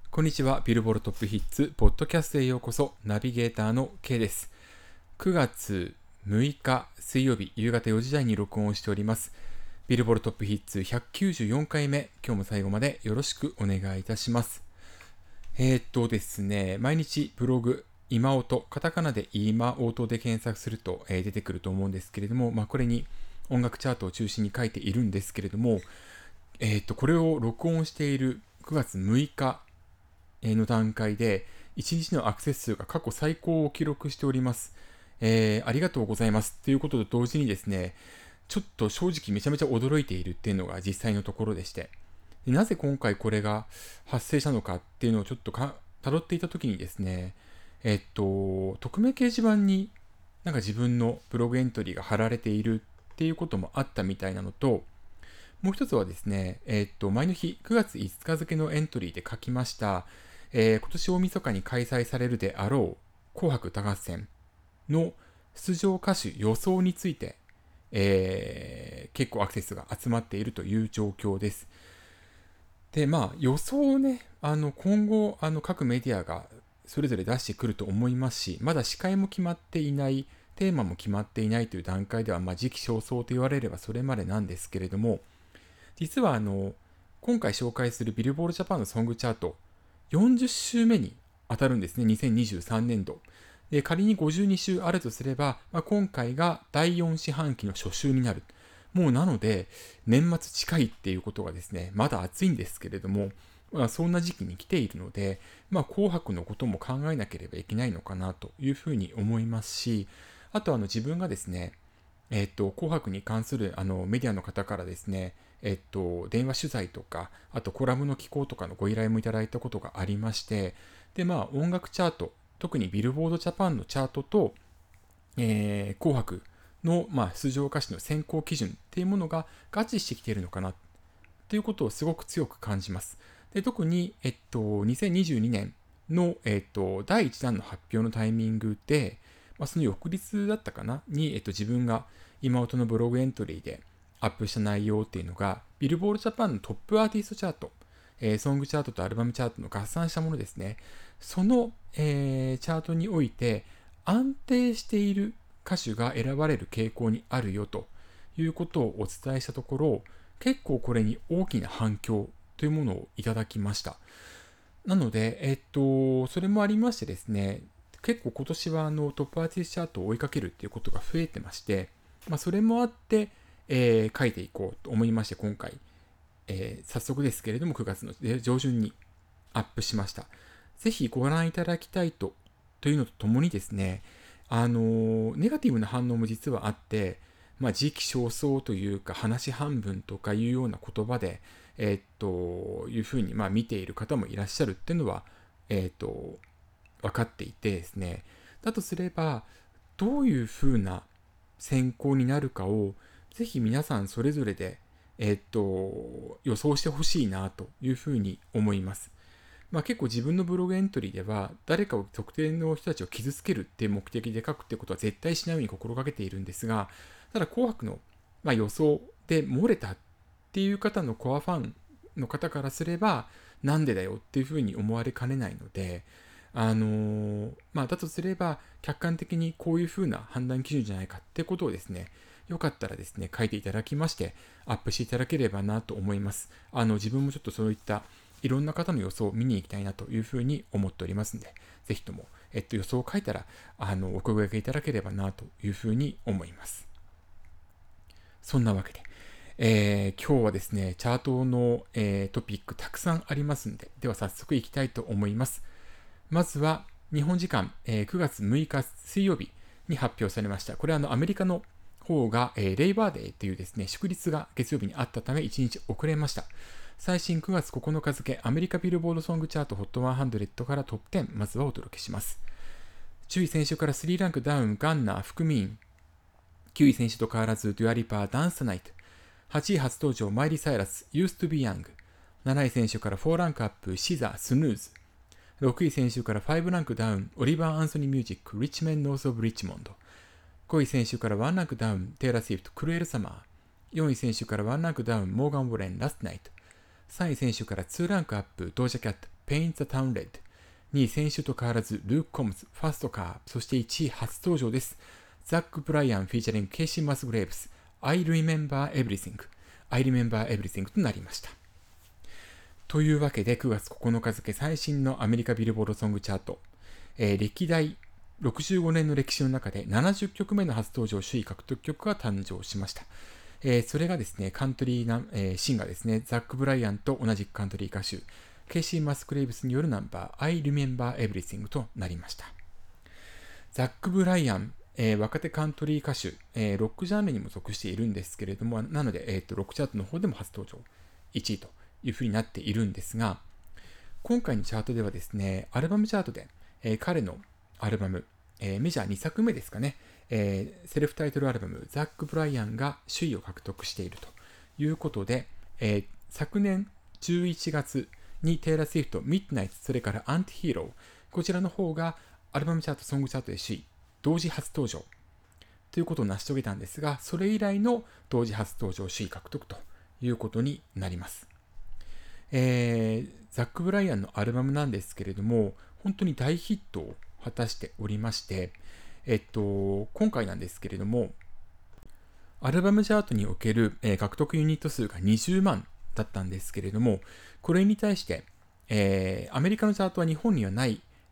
こんにちは。ビルボードトップヒッツポッドキャストへようこそ。ナビゲーターの K です。9月6日水曜日夕方4時台に録音をしております。ビルボードトップヒッツ194回目、今日も最後までよろしくお願いいたします。ですね、毎日ブログ今音、カタカナで今音で検索すると、出てくると思うんですけれども、これに音楽チャートを中心に書いているんですけれども、これを録音している9月6日の段階で1日のアクセス数が過去最高を記録しております。ありがとうございますということと同時にですね、ちょっと正直めちゃめちゃ驚いているっていうのが実際のところでして、なぜ今回これが発生したのかっていうのをちょっと辿っていた時にですね、匿名掲示板になんか自分のブログエントリーが貼られているっていうこともあったみたいなのと、もう一つはですね、前の日9月5日付のエントリーで書きました、今年大晦日に開催されるであろう紅白歌合戦の出場歌手予想について、結構アクセスが集まっているという状況です。で、予想をね、今後各メディアがそれぞれ出してくると思いますし、まだ司会も決まっていない、テーマも決まっていないという段階では、時期尚早と言われればそれまでなんですけれども、実は今回紹介するビルボードジャパンのソングチャート40週目に当たるんですね。2023年度で、仮に52週あるとすれば、今回が第4四半期の初週になる。もうなので年末近いっていうことがですね、まだ暑いんですけれども、そんな時期に来ているので、紅白のことも考えなければいけないのかなというふうに思いますし、あと自分がですね、紅白に関するメディアの方からですね、電話取材とか、あとコラムの寄稿とかのご依頼もいただいたことがありまして、で、音楽チャート、特にビルボードジャパンのチャートと、紅白の、出場歌手の選考基準っていうものが合致してきているのかなということをすごく強く感じます。で、特に、2022年の、第1弾の発表のタイミングで、その翌日だったかなに、自分が今音のブログエントリーでアップした内容っていうのが、ビルボードジャパンのトップアーティストチャート、ソングチャートとアルバムチャートの合算したものですね。その、チャートにおいて安定している歌手が選ばれる傾向にあるよということをお伝えしたところ、結構これに大きな反響というものをいただきました。なので、それもありましてですね、結構今年はトップアーティストチャートを追いかけるっていうことが増えてまして、それもあって、書いていこうと思いまして、今回、早速ですけれども9月の上旬にアップしました。ぜひご覧いただきたいというのとともにですね、ネガティブな反応も実はあって、時期尚早というか話半分とかいうような言葉で、いうふうに見ている方もいらっしゃるっていうのは、分かっていてですね、だとすればどういうふうな選考になるかをぜひ皆さんそれぞれで、予想してほしいなというふうに思います。結構自分のブログエントリーでは誰かを特定の人たちを傷つけるっていう目的で書くってことは絶対しないように心がけているんですが、ただ紅白の、予想で漏れたっていう方のコアファンの方からすればなんでだよっていうふうに思われかねないので、だとすれば客観的にこういうふうな判断基準じゃないかってことをですね、よかったらですね書いていただきましてアップしていただければなと思います。自分もちょっとそういったいろんな方の予想を見に行きたいなというふうに思っておりますので、ぜひとも、予想を書いたらお声掛けいただければなというふうに思います。そんなわけで、今日はですねチャートの、トピックたくさんありますので、では早速いきたいと思います。まずは日本時間、9月6日水曜日に発表されました。これはアメリカの方が、レイバーデーというですね祝日が月曜日にあったため1日遅れました。最新9月9日付アメリカビルボードソングチャート HOT100 からトップ10、まずはお届けします。10位選手から3ランクダウン、ガンナー、フクミン。9位選手と変わらずデュアリパー、ダンスナイト。8位初登場、マイリー・サイラス、Used to be Young。7位選手から4ランクアップ、シザ、スヌーズ。6位選手から5ランクダウン、オリバー・アンソニー・ミュージック、リッチメン・ノース・オブ・リッチモンド。5位選手から1ランクダウン、テイラー・スウィフト、クルエル・サマー。4位選手から1ランクダウン、モーガン・ウォレン、ラストナイト。3位選手から2ランクアップ、ドージャ・キャット、 Paint the Town Red。2位、先週と変わらず、ルーク・コムズ、ファストカー。そして1位、初登場です。ザック・ブライアン、フィーチャリング、ケイシー・マスグレーブス、I Remember Everything。I Remember Everything となりました。というわけで、9月9日付最新のアメリカビルボードソングチャート。歴代65年の歴史の中で70曲目の初登場首位獲得曲が誕生しました。それがですね、カントリーシンガーですね、ザック・ブライアンと同じくカントリー歌手、ケイシー・マスクレイブスによるナンバー I Remember Everything となりました。ザック・ブライアン、若手カントリー歌手、ロックジャンルにも属しているんですけれども、なので、ロックチャートの方でも初登場1位というふうになっているんですが、今回のチャートではですね、アルバムチャートで、彼のアルバム、メジャー2作目ですかね、セルフタイトルアルバムザック・ブライアンが首位を獲得しているということで、昨年11月にテイラー・スウィフト、ミッドナイト、それからアンティヒーロー、こちらの方がアルバムチャート、ソングチャートで首位、同時初登場ということを成し遂げたんですが、それ以来の同時初登場首位獲得ということになります。ザック・ブライアンのアルバムなんですけれども、本当に大ヒットを果たしておりまして、今回なんですけれども、アルバムチャートにおける、獲得ユニット数が20万だったんですけれども、これに対して、アメリカのチャートは日本にはない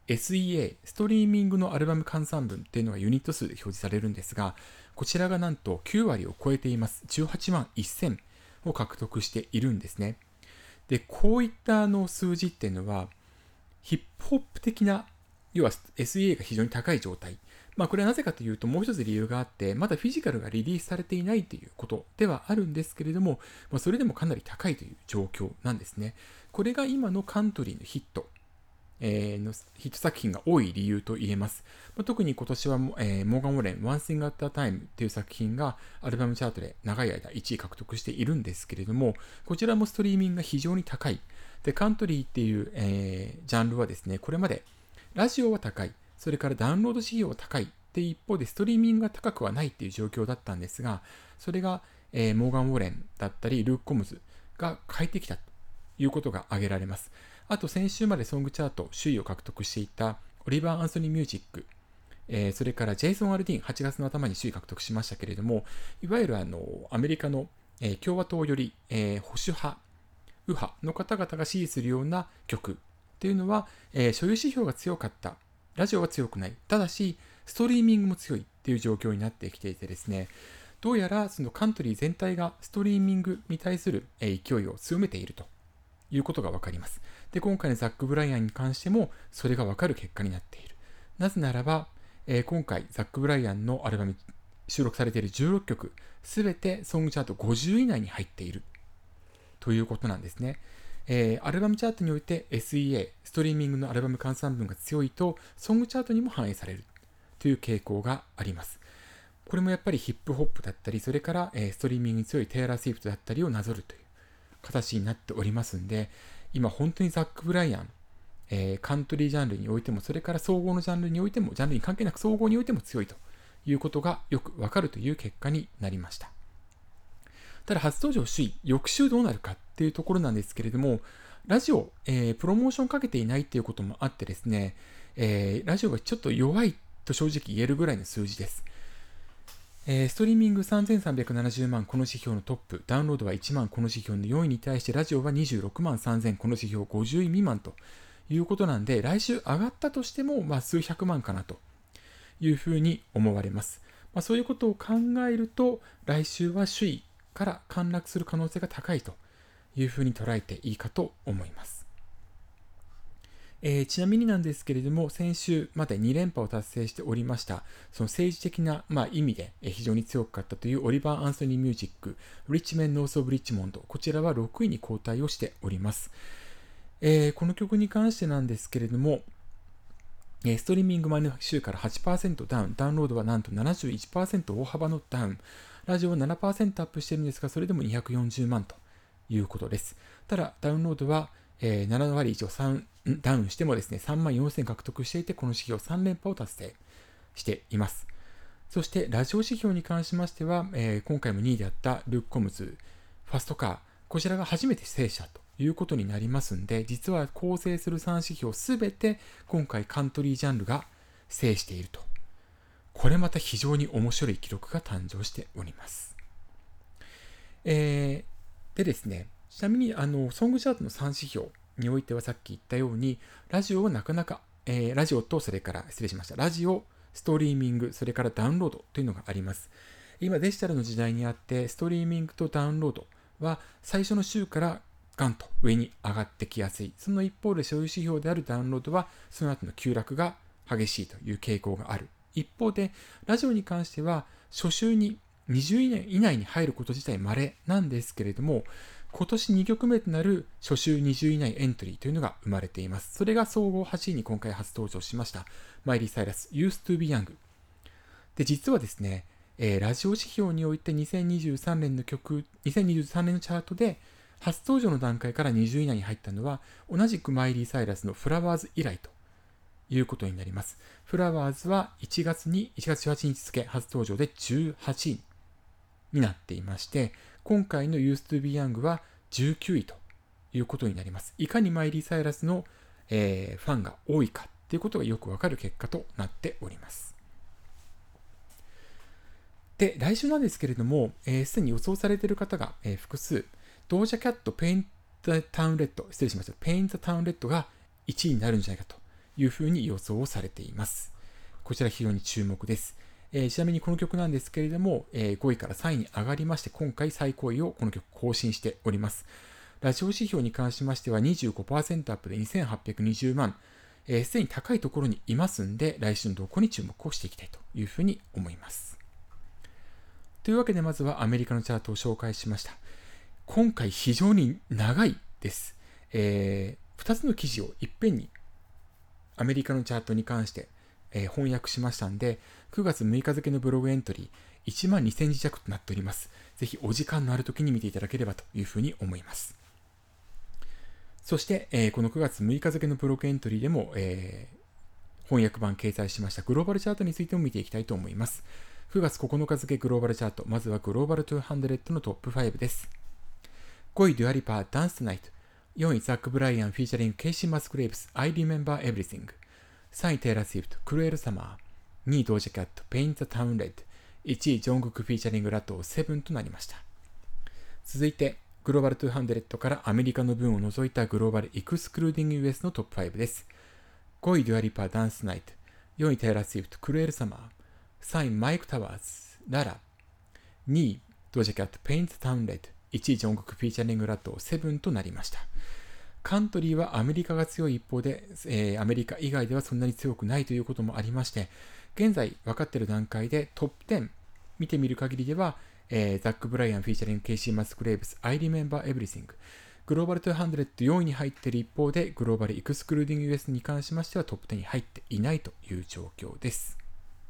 SEA、ストリーミングのアルバム換算分っていうのがユニット数で表示されるんですが、こちらがなんと9割を超えています。18万1000を獲得しているんですね。で、こういった数字っていうのは、ヒップホップ的な、要は SEA が非常に高い状態。これはなぜかというと、もう一つ理由があって、まだフィジカルがリリースされていないということではあるんですけれども、それでもかなり高いという状況なんですね。これが今のカントリーのヒット、ヒット作品が多い理由と言えます。特に今年は、モーガン・ウォレン、One Thing at a Time という作品がアルバムチャートで長い間1位獲得しているんですけれども、こちらもストリーミングが非常に高い。で、カントリーっていう、ジャンルはですね、これまでラジオは高い、それからダウンロード指標は高いっていう一方でストリーミングが高くはないっていう状況だったんですが、それが、モーガン・ウォレンだったりルーク・コムズが変えてきたということが挙げられます。あと先週までソングチャート首位を獲得していたオリバー・アンソニー・ミュージック、それからジェイソン・アルディン、8月の頭に首位獲得しましたけれども、いわゆるアメリカの、共和党より、保守派、右派の方々が支持するような曲っていうのは、所有指標が強かった、ラジオは強くない、ただしストリーミングも強いっていう状況になってきていてですね、どうやらそのカントリー全体がストリーミングに対する勢いを強めているということが分かります。で、今回のザック・ブライアンに関してもそれが分かる結果になっている。なぜならば、今回ザック・ブライアンのアルバムに収録されている16曲すべてソングチャート50位以内に入っているということなんですね。アルバムチャートにおいて SEA、ストリーミングのアルバム換算分が強いとソングチャートにも反映されるという傾向があります。これもやっぱりヒップホップだったり、それからストリーミングに強いテイラー・スウィフトだったりをなぞるという形になっておりますんで、今本当にザック・ブライアン、カントリージャンルにおいても、それから総合のジャンルにおいても、ジャンルに関係なく総合においても強いということがよくわかるという結果になりました。ただ初登場首位、翌週どうなるかっていうところなんですけれども、ラジオ、プロモーションかけていないっていうこともあってですね、ラジオがちょっと弱いと正直言えるぐらいの数字です。ストリーミング3370万この指標のトップ、ダウンロードは1万この指標の4位に対してラジオは26万3000この指標50位未満ということなんで、来週上がったとしても数百万かなというふうに思われます。そういうことを考えると、来週は首位から陥落する可能性が高いというふうに捉えていいかと思います。ちなみになんですけれども、先週まで2連覇を達成しておりました、その政治的な、意味で非常に強かったというオリバー・アンソニー・ミュージック、リッチメン・ノース・オブ・リッチモンド、こちらは6位に後退をしております。この曲に関してなんですけれども、ストリーミング前の週から 8% ダウン、ダウンロードはなんと 71% 大幅のダウン、ラジオは 7% アップしているんですが、それでも240万ということです。ただ、ダウンロードは7割以上ダウンしてもですね、3万4000獲得していて、この指標3連覇を達成しています。そして、ラジオ指標に関しましては、今回も2位であったルーク・コムズ、ファストカー、こちらが初めて制したということになりますんで、実は構成する3指標すべて今回カントリージャンルが制していると。これまた非常に面白い記録が誕生しております。でですね、ちなみにソングチャートの3指標においてはさっき言ったように、ラジオはなかなか、ラジオとそれから失礼しました。ラジオ、ストリーミング、それからダウンロードというのがあります。今デジタルの時代にあって、ストリーミングとダウンロードは最初の週からガンと上に上がってきやすい。その一方で所有指標であるダウンロードはその後の急落が激しいという傾向がある。一方でラジオに関しては初週に20位以内に入ること自体稀なんですけれども、今年2曲目となる初週20位以内エントリーというのが生まれています。それが総合8位に今回初登場しましたマイリー・サイラス Used to be Young で、実はですね、ラジオ指標において2023年のチャートで初登場の段階から20位以内に入ったのは同じくマイリー・サイラスのフラワーズ以来ということになります。フラワーズは1月18日付初登場で18位になっていまして、今回の Used to be Young は19位ということになります。いかにマイリー・サイラスの、ファンが多いかということがよくわかる結果となっております。で、来週なんですけれども、すでに予想されている方が、複数、ドージャキャット、ペイントタウンレッド、失礼しました。ペイントタウンレッドが1位になるんじゃないかというふうに予想をされています。こちら非常に注目です。ちなみにこの曲なんですけれども、5位から3位に上がりまして、今回最高位をこの曲更新しております。ラジオ指標に関しましては 25% アップで2820万、すでに高いところにいますんで、来週の動向に注目をしていきたいというふうに思います。というわけでまずはアメリカのチャートを紹介しました。今回非常に長いです。2つの記事をいっぺんにアメリカのチャートに関して、翻訳しましたんで、9月6日付のブログエントリー1万2000字弱となっております。ぜひお時間のある時に見ていただければというふうに思います。そして、この9月6日付のブログエントリーでも、翻訳版掲載しましたグローバルチャートについても見ていきたいと思います。9月9日付グローバルチャート、まずはグローバル200のトップ5です。5位デュアリパーダンストナイト、4位ザック・ブライアンフィーチャリングケイシー・マスグレーブス I Remember Everything、 3位テイラー・スウィフトクルエル・サマー、2位ドージャキャットペイント・タウン・レッド、1位ジョングクフィーチャリングラトー7となりました。続いてグローバル200からアメリカの分を除いたグローバルエクスクルーディング US のトップ5です。5位デュアリパーダンスナイト、4位テイラー・スウィフトクルエル・サマー、3位マイク・タワーズララ、2位ドージャキャットペイント・タウン・レッド、1位ジョングクフィーチャリングラトー7となりました。カントリーはアメリカが強い一方で、アメリカ以外ではそんなに強くないということもありまして、現在分かっている段階でトップ10見てみる限りでは、ザック・ブライアンフィーチャリングケイシー・マスグレーブス I Remember Everything、 グローバル200 4位に入っている一方でグローバルエクスクルーディング US に関しましてはトップ10に入っていないという状況です。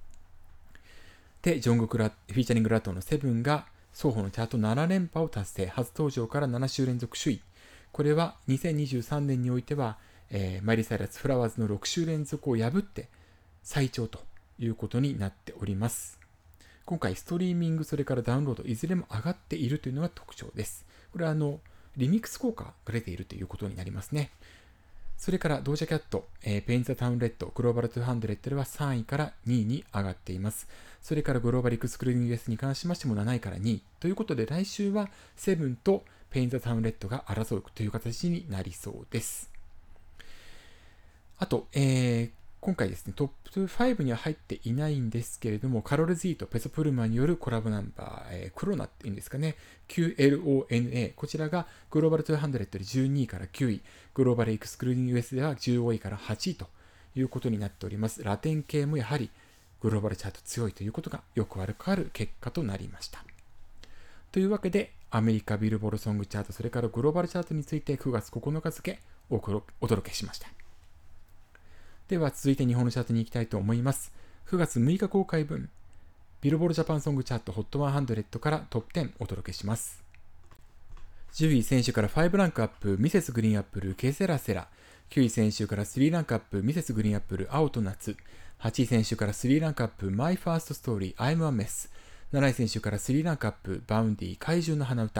で、ジョングクフィーチャリングラトーの7が双方のチャート7連覇を達成、初登場から7週連続首位。これは2023年においては、マイリー・サイラス・フラワーズの6週連続を破って最長ということになっております。今回ストリーミング、それからダウンロード、いずれも上がっているというのが特徴です。これはリミックス効果が出ているということになりますね。それからドージャキャット、ペインザタウンレッド、グローバル200では3位から2位に上がっています。それからグローバルエクスクルーディング US に関しましても7位から2位ということで、来週は7とペインザタウンレッドが争うという形になりそうです。あと、今回ですね、トップ5には入っていないんですけれども、カロル Z とペソプルマによるコラボナンバー、クロナっていうんですかね、QLONA、こちらがグローバル200で12位から9位、グローバルエクスクルーディング US では15位から8位ということになっております。ラテン系もやはりグローバルチャート強いということがよくわかる結果となりました。というわけで、アメリカビルボードソングチャート、それからグローバルチャートについて9月9日付お届けしました。では続いて日本のチャートに行きたいと思います。9月6日公開分、ビルボードジャパンソングチャート HOT100 からトップ10お届けします。10位選手から5ランクアップ、ミセスグリーンアップル、ケセラセラ。9位選手から3ランクアップ、ミセスグリーンアップル、青と夏。8位選手から3ランクアップ、マイファーストストーリー、I'm a Mess。7位選手から3ランクアップ、バウンディ、怪獣の花歌。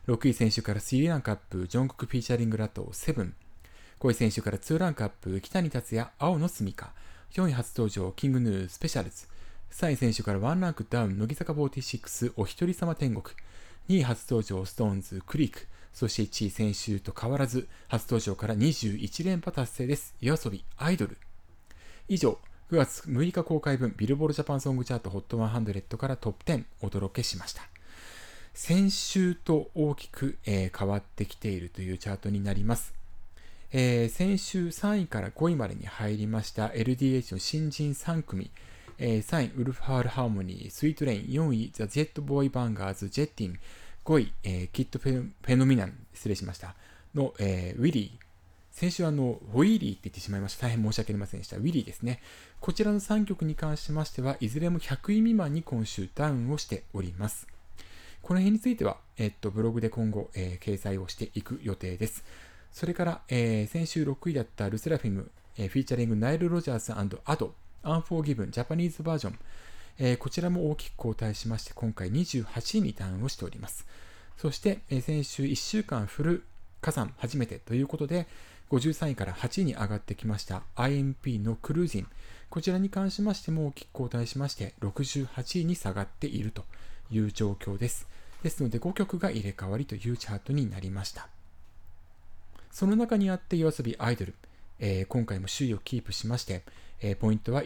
6位選手から3ランクアップ、ジョングクフィーチャリングラトー、セブン。5位選手から2ランクアップ、北に達也、青の住処。4位初登場、キングヌー、スペシャルズ。3位選手から1ランクダウン、乃木坂46、お一人様天国。2位初登場、ストーンズ、クリーク。そして1位先週と変わらず、初登場から21連覇達成です。YOASOBI、アイドル。以上、9月6日公開分、ビルボールジャパンソングチャート HOT100 からトップ10お届けしました。先週と大きく、変わってきているというチャートになります。先週3位から5位までに入りました LDH の新人3組、3位ウルフハールハーモニー、スイートレイン、4位ザ・ジェットボーイバンガーズ、ジェッティン、5位、キッドフェノミナン、失礼しました、の、ウィリー、先週ウィリーって言ってしまいました。大変申し訳ありませんでした。ウィリーですね。こちらの3曲に関しましては、いずれも100位未満に今週ダウンをしております。この辺については、ブログで今後、掲載をしていく予定です。それから、先週6位だったルセラフィム、フィーチャリングナイル・ロジャース&アド、アンフォーギブン、ジャパニーズバージョン、こちらも大きく後退しまして、今回28位にダウンをしております。そして、先週1週間フル加算初めてということで、53位から8位に上がってきました IMP のクルージン。こちらに関しましても大きく後退しまして、68位に下がっているという状況です。ですので、5曲が入れ替わりというチャートになりました。その中にあって YOASOBI アイドル、今回も首位をキープしまして、ポイントは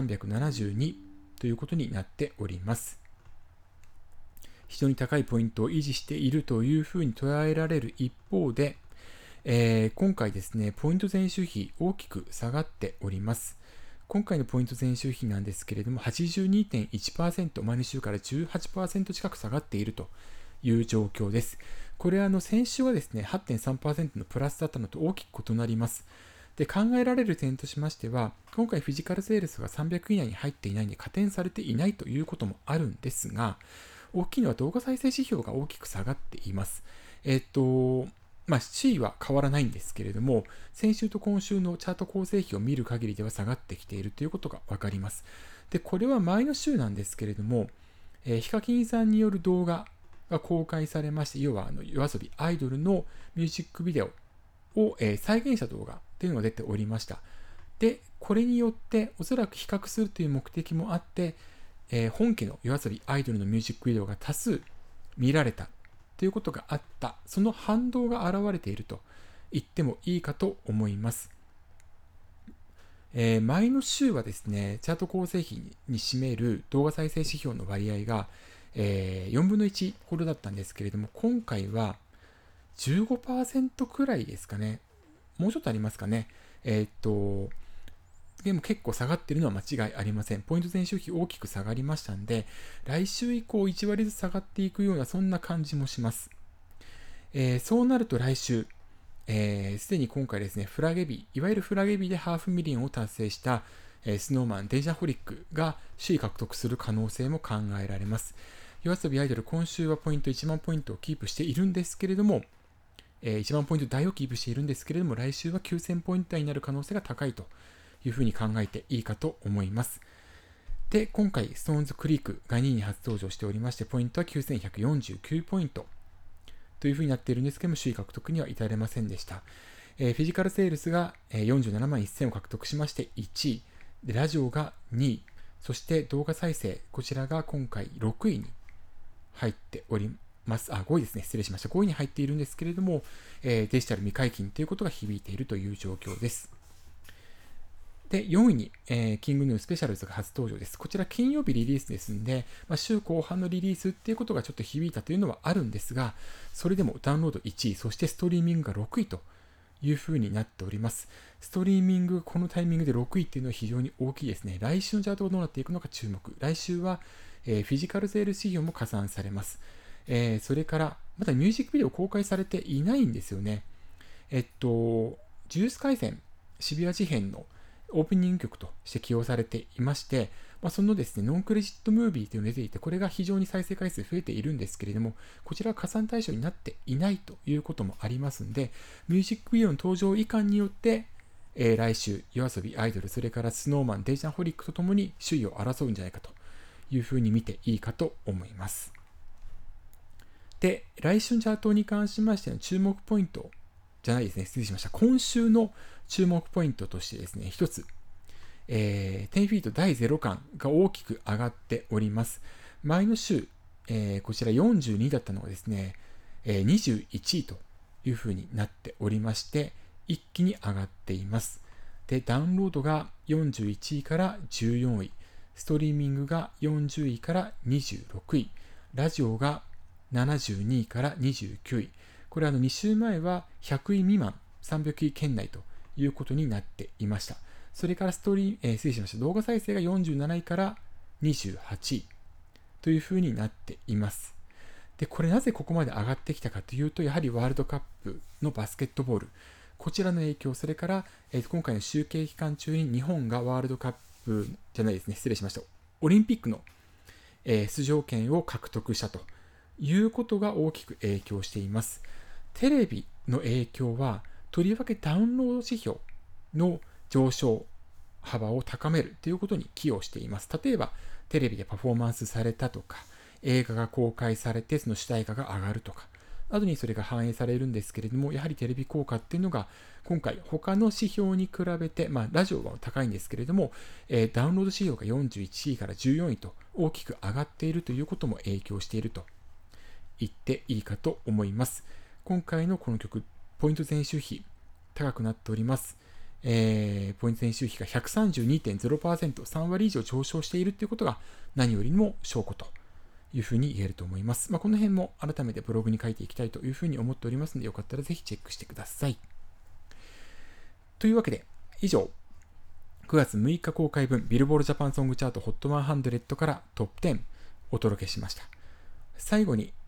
1372ということになっております。非常に高いポイントを維持しているというふうに捉えられる一方で、今回ですね、ポイント前週比大きく下がっております。今回のポイント前週比なんですけれども、82.1%、前の週から 18% 近く下がっているという状況です。これは先週はですね、8.3% のプラスだったのと大きく異なります。で、考えられる点としましては、今回フィジカルセールスが300以内に入っていないので加点されていないということもあるんですが、大きいのは動画再生指標が大きく下がっています。首位は変わらないんですけれども、先週と今週のチャート構成比を見る限りでは下がってきているということが分かります。で、これは前の週なんですけれども、ヒカキンさんによる動画が公開されまして、要はYOASOBIアイドルのミュージックビデオを、再現した動画というのが出ておりました。で、これによっておそらく比較するという目的もあって、本家のYOASOBIアイドルのミュージックビデオが多数見られたということがあった、その反動が現れていると言ってもいいかと思います。前の週はですね、チャート構成比に占める動画再生指標の割合が、4分の1ほどだったんですけれども、今回は 15% くらいですかね。もうちょっとありますかね。でも結構下がっているのは間違いありません。ポイント前週比大きく下がりましたんで、来週以降1割ずつ下がっていくようなそんな感じもします。そうなると来週、すでに今回ですね、フラゲ日、いわゆるフラゲ日でハーフミリオンを達成した、SnowMan、デンジャーホリックが首位獲得する可能性も考えられます。YOASOBIアイドル、今週はポイント1万ポイントをキープしているんですけれども、1万ポイント台をキープしているんですけれども、来週は9000ポイント台になる可能性が高いというふうに考えていいかと思います。で、今回、ストーンズクリークが2位に初登場しておりまして、ポイントは9149ポイントというふうになっているんですけども、首位獲得には至れませんでした。フィジカルセールスが47万1000を獲得しまして1位、でラジオが2位、そして動画再生、こちらが今回6位に入っております。5位ですね。失礼しました。5位に入っているんですけれども、デジタル未解禁ということが響いているという状況です。で、4位に、キングヌースペシャルズが初登場です。こちら金曜日リリースですんで、週後半のリリースっていうことがちょっと響いたというのはあるんですが、それでもダウンロード1位、そしてストリーミングが6位というふうになっております。ストリーミングがこのタイミングで6位っていうのは非常に大きいですね。来週のチャートがどうなっていくのか注目。来週は、フィジカルセールス指標も加算されます。それから、まだミュージックビデオ公開されていないんですよね。ジュース回線渋谷事変のオープニング曲として起用されていまして、そのですね、ノンクレジットムービーというのが出ていて、これが非常に再生回数増えているんですけれども、こちらは加算対象になっていないということもありますので、ミュージックビデオの登場以下によって、来週、YOASOBIアイドル、それからSnowMan、デジャンホリックとともに首位を争うんじゃないかというふうに見ていいかと思います。 で、来週のチャートに関しましての注目ポイントじゃないですね、失礼しました。今週の注目ポイントとしてですね、一つ、10フィート第0巻が大きく上がっております。前の週、こちら42だったのがですね、21位というふうになっておりまして、一気に上がっています。で、ダウンロードが41位から14位、ストリーミングが40位から26位、ラジオが72位から29位。これは2週前は100位未満、300位圏内ということになっていました。それから失礼しました。動画再生が47位から28位というふうになっています。で、これなぜここまで上がってきたかというと、やはりワールドカップのバスケットボール、こちらの影響、それから、今回の集計期間中に日本がワールドカップじゃないですね、失礼しました。オリンピックの、出場権を獲得したということが大きく影響しています。テレビの影響は、とりわけダウンロード指標の上昇幅を高めるということに寄与しています。例えば、テレビでパフォーマンスされたとか、映画が公開されてその主題歌が上がるとか、などにそれが反映されるんですけれども、やはりテレビ効果っていうのが今回他の指標に比べて、ラジオは高いんですけれども、ダウンロード指標が41位から14位と大きく上がっているということも影響していると言っていいかと思います。今回のこの曲、ポイント前週比高くなっております。ポイント前週比が 132.0%、3割以上上昇しているということが何よりも証拠というふうに言えると思います。この辺も改めてブログに書いていきたいというふうに思っておりますので、よかったらぜひチェックしてください。というわけで、以上、9月6日公開分、ビルボードジャパンソングチャート HOT100 からトップ10お届けしました。最後に、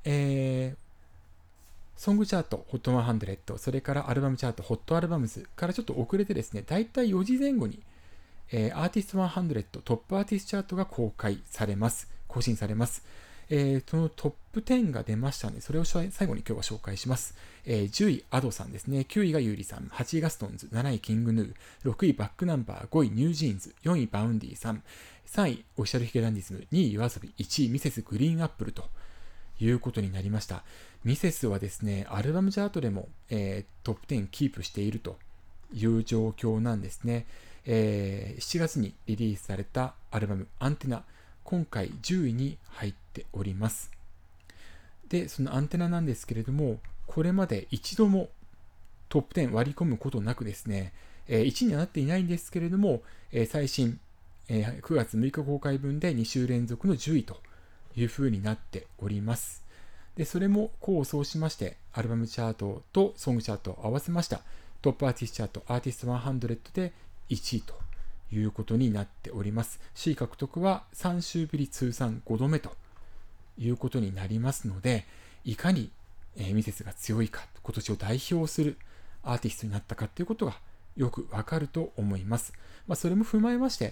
ソングチャート HOT100、それからアルバムチャート HOT アルバムズからちょっと遅れてですね、だいたい4時前後に、アーティスト100トップアーティストチャートが更新されます。そのトップ10が出ましたので、それを最後に今日は紹介します。10位、アドさんですね。9位がユーリさん。8位がストーンズ。7位、キングヌー。6位、バックナンバー。5位、ニュージーンズ。4位、バウンディさん。3位、オフィシャルヒゲダンディズム。2位、夜遊び。1位、ミセスグリーンアップルということになりました。ミセスはですね、アルバムチャートでも、トップ10キープしているという状況なんですね。7月にリリースされたアルバムアンテナ、今回10位に入っております。で、そのアンテナなんですけれども、これまで一度もトップ10割り込むことなくですね、1位にはなっていないんですけれども、最新、9月6日公開分で2週連続の10位というふうになっております。で、それも功を奏しまして、アルバムチャートとソングチャートを合わせましたトップアーティストチャート、アーティスト100で1位ということになっております。C 獲得は3週ぶり通算5度目ということになりますので、いかに、ミセスが強いか、今年を代表するアーティストになったかということがよくわかると思います。それも踏まえまして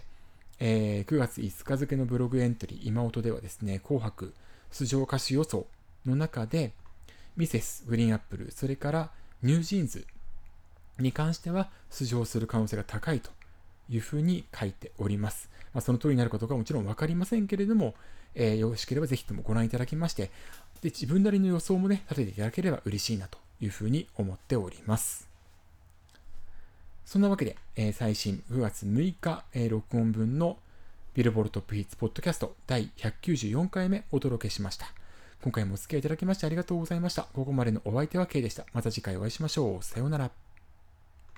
、9月5日付のブログエントリー、今音ではですね、紅白出場歌手予想の中で、ミセス、グリーンアップル、それからニュージーンズに関しては出場する可能性が高いというふうに書いております。その通りになるかどうかはもちろん分かりませんけれども、よろしければぜひともご覧いただきまして、で自分なりの予想もね、立てていただければ嬉しいなというふうに思っております。そんなわけで、最新9月6日、録音分のビルボードトップヒッツポッドキャスト第194回目お届けしました。今回もお付き合いいただきましてありがとうございました。ここまでのお相手は K でした。また次回お会いしましょう。さようなら。